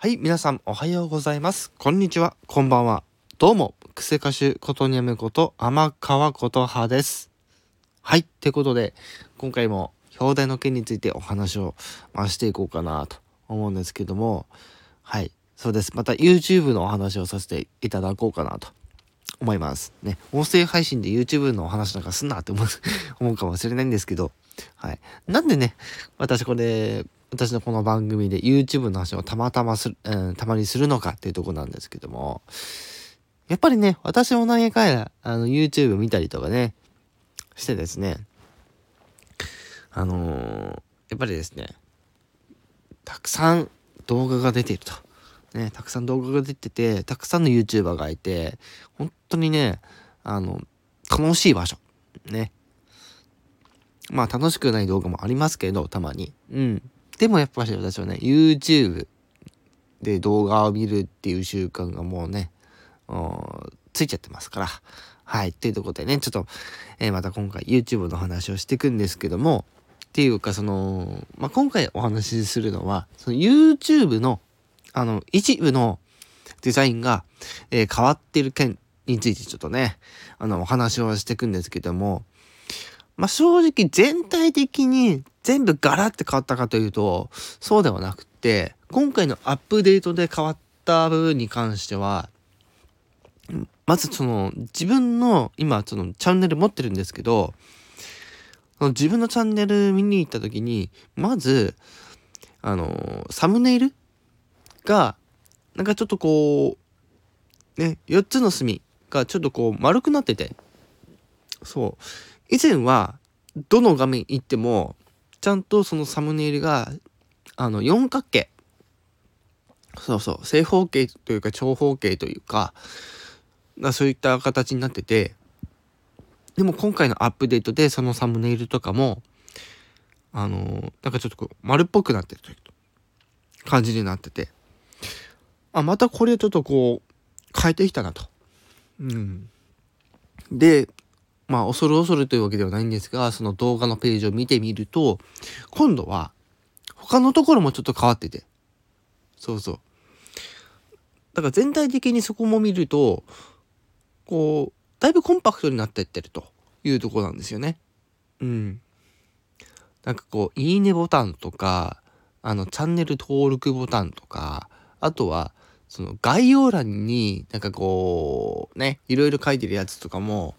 はい、皆さんおはようございます。こんにちは、こんばんは。どうも、クセ歌手ことにゃむこと天川ことはです。はい、ってことで、今回も表題の件についてお話をしていこうかなと思うんですけども、はい、そうです。また YouTube のお話をさせていただこうかなと思いますね。音声配信で YouTube のお話なんかすんなって思うかもしれないんですけど、はい。なんでね、私のこの番組で YouTube の話をたまにするのかっていうところなんですけども、やっぱりね、私も何回かYouTube 見たりとかね、してですね、やっぱりですね、たくさん動画が出ていると。ね、たくさん動画が出てて、たくさんの YouTuber がいて、本当にね、楽しい場所。ね。まあ楽しくない動画もありますけど、たまに。うん。でもやっぱり私はね、YouTube で動画を見るっていう習慣がもうね、ついちゃってますから。はい。っていうところでね、ちょっと、また今回 YouTube の話をしていくんですけども、っていうか今回お話しするのは、その YouTube の、一部のデザインが、変わってる件についてちょっとね、お話をしていくんですけども、正直全体的に全部ガラッて変わったかというと、そうではなくて、今回のアップデートで変わった部分に関しては、まず自分の今チャンネル持ってるんですけど、その自分のチャンネル見に行った時に、まず、サムネイルが、なんかちょっとね、4つの隅がちょっと丸くなってて、そう。以前は、どの画面行っても、ちゃんとそのサムネイルが、四角形。そうそう。正方形というか長方形というか、そういった形になってて、でも今回のアップデートでそのサムネイルとかも、なんかちょっと丸っぽくなってるという感じになってて、またこれちょっと変えてきたなと。うん。で、恐るというわけではないんですが、その動画のページを見てみると、今度は、他のところもちょっと変わってて。そうそう。だから全体的にそこも見ると、だいぶコンパクトになっていってるというところなんですよね。うん。なんかいいねボタンとか、チャンネル登録ボタンとか、あとは、その概要欄になんかね、いろいろ書いてるやつとかも、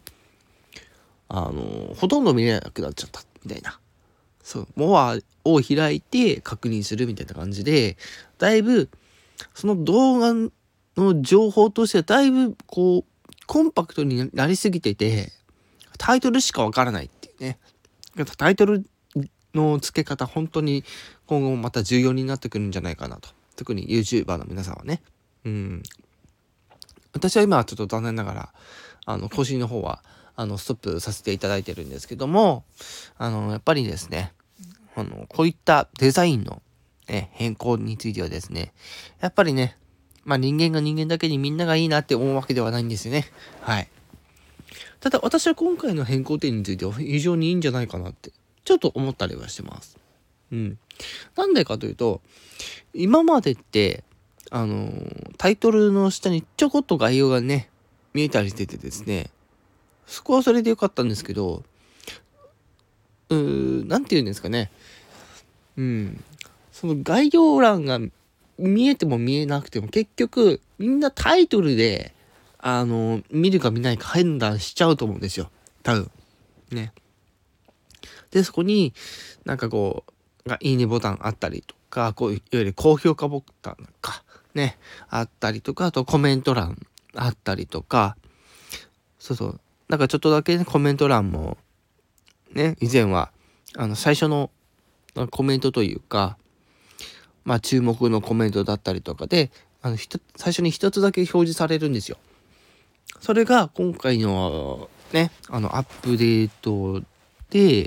ほとんど見れなくなっちゃったみたいな。そう、モアを開いて確認するみたいな感じで、だいぶ、その動画の情報としてはだいぶコンパクトになりすぎてて、タイトルしかわからないっていうね。タイトルの付け方、本当に今後もまた重要になってくるんじゃないかなと。特に YouTuber の皆さんはね。うん。私は今はちょっと残念ながら、更新の方は、ストップさせていただいてるんですけども、やっぱりですね、こういったデザインの、変更についてはですね、やっぱりね、人間が人間だけにみんながいいなって思うわけではないんですよね。はい。ただ私は今回の変更点については非常にいいんじゃないかなって、ちょっと思ったりはしてます。うん。なんでかというと、今までって、タイトルの下にちょこっと概要がね、見えたりしててですね、そこはそれでよかったんですけど、なんて言うんですかね。うん。その概要欄が見えても見えなくても結局みんなタイトルで見るか見ないか判断しちゃうと思うんですよ。多分。ね。で、そこになんかいいねボタンあったりとか、いわゆる高評価ボタンか、ね、あったりとか、あとコメント欄あったりとか、そうそう。なんかちょっとだけね、コメント欄もね、以前は、最初のコメントというか、注目のコメントだったりとかで、最初に一つだけ表示されるんですよ。それが今回のね、アップデートで、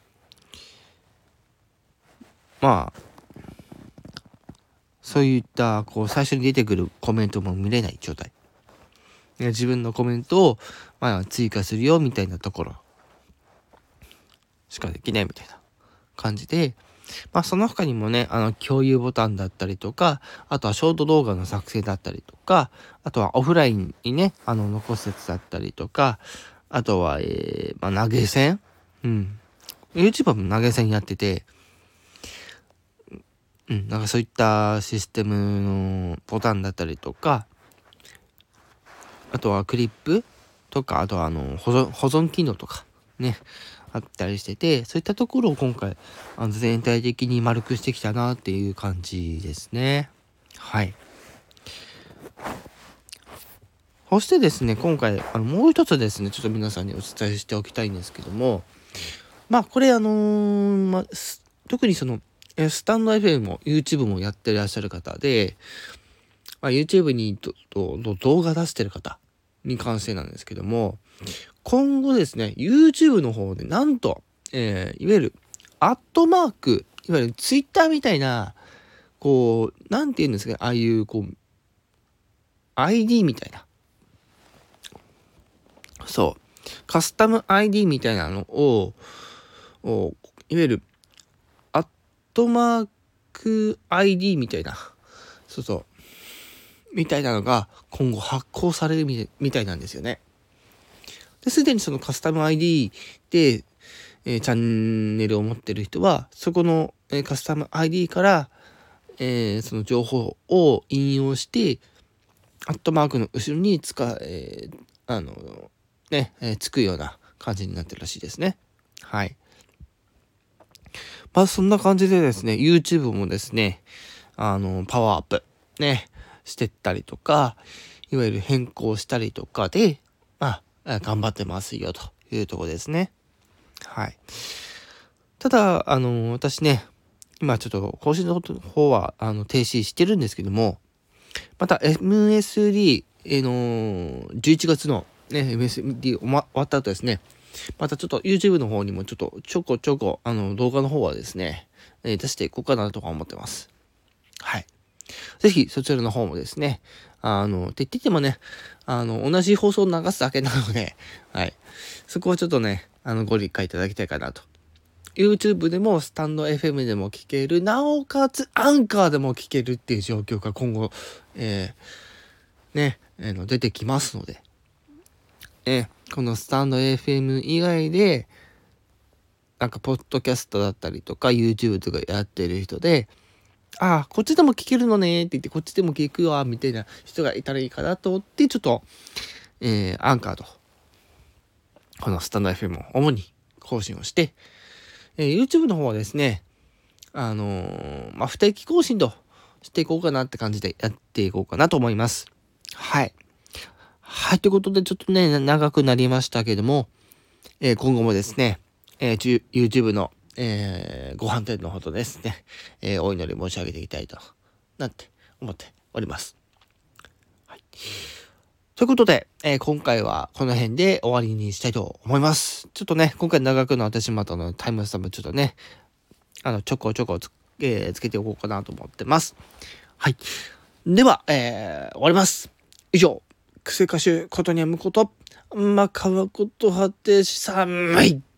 そういった最初に出てくるコメントも見れない状態。自分のコメントを追加するよみたいなところしかできないみたいな感じで、 その他にもね、共有ボタンだったりとか、あとはショート動画の作成だったりとか、あとはオフラインにね、残すやつだったりとか、あとは、投げ銭YouTube も投げ銭やってて、なんかそういったシステムのボタンだったりとか、あとはクリップとか、あとは保存機能とかね、あったりしてて、そういったところを今回全体的に丸くしてきたなっていう感じですね。はい。そしてですね、今回もう一つですね、ちょっと皆さんにお伝えしておきたいんですけども、これ特にスタンド FM も YouTube もやってらっしゃる方で、YouTube に動画出してる方に関してなんですけども、今後ですね、YouTube の方でなんと、いわゆるアットマーク、いわゆる Twitter みたいな、なんて言うんですかね、ああいうID みたいな。そう。カスタム ID みたいなのを、いわゆるアットマーク ID みたいな。みたいなのが今後発行されるみたいなんですよね。すでにそのカスタム ID で、チャンネルを持ってる人は、そこの、カスタム ID から、その情報を引用して、アットマークの後ろにつくような感じになってるらしいですね。はい。そんな感じでですね、YouTube もですね、パワーアップ、ね、してったりとか、いわゆる変更したりとかで、頑張ってますよというところですね。はい。ただ、私ね、今ちょっと更新の方は停止してるんですけども、また MSD の11月のね、MSD 終わった後ですね、またちょっと YouTube の方にもちょこ動画の方はですね、出していこうかなとか思ってます。はい。ぜひそちらの方もですね、って言ってもね、同じ放送を流すだけなので、はい。そこはちょっとね、ご理解いただきたいかなと。YouTube でもスタンド FM でも聞ける、なおかつアンカーでも聞けるっていう状況が今後、出てきますので、このスタンド FM 以外で、なんかポッドキャストだったりとか YouTube とかやってる人で、こっちでも聞けるのねって言って、こっちでも聞くわみたいな人がいたらいいかなと思って、ちょっと、アンカーとこのスタンド FM を主に更新をして、YouTube の方はですね、不定期更新としていこうかなって感じでやっていこうかなと思います。はい。はい、ということでちょっとね、長くなりましたけども、今後もですね、YouTube の、ご飯店のほどですね、お祈り申し上げていきたいとなんて思っております。はい。ということで、今回はこの辺で終わりにしたいと思います。ちょっとね、今回長くなってしまったので、タイムスタンプちょっとね、ちょこつけておこうかなと思ってます。はい。では、終わります。以上、クセ歌手ことにゃむこと、まかわことはてさんまい。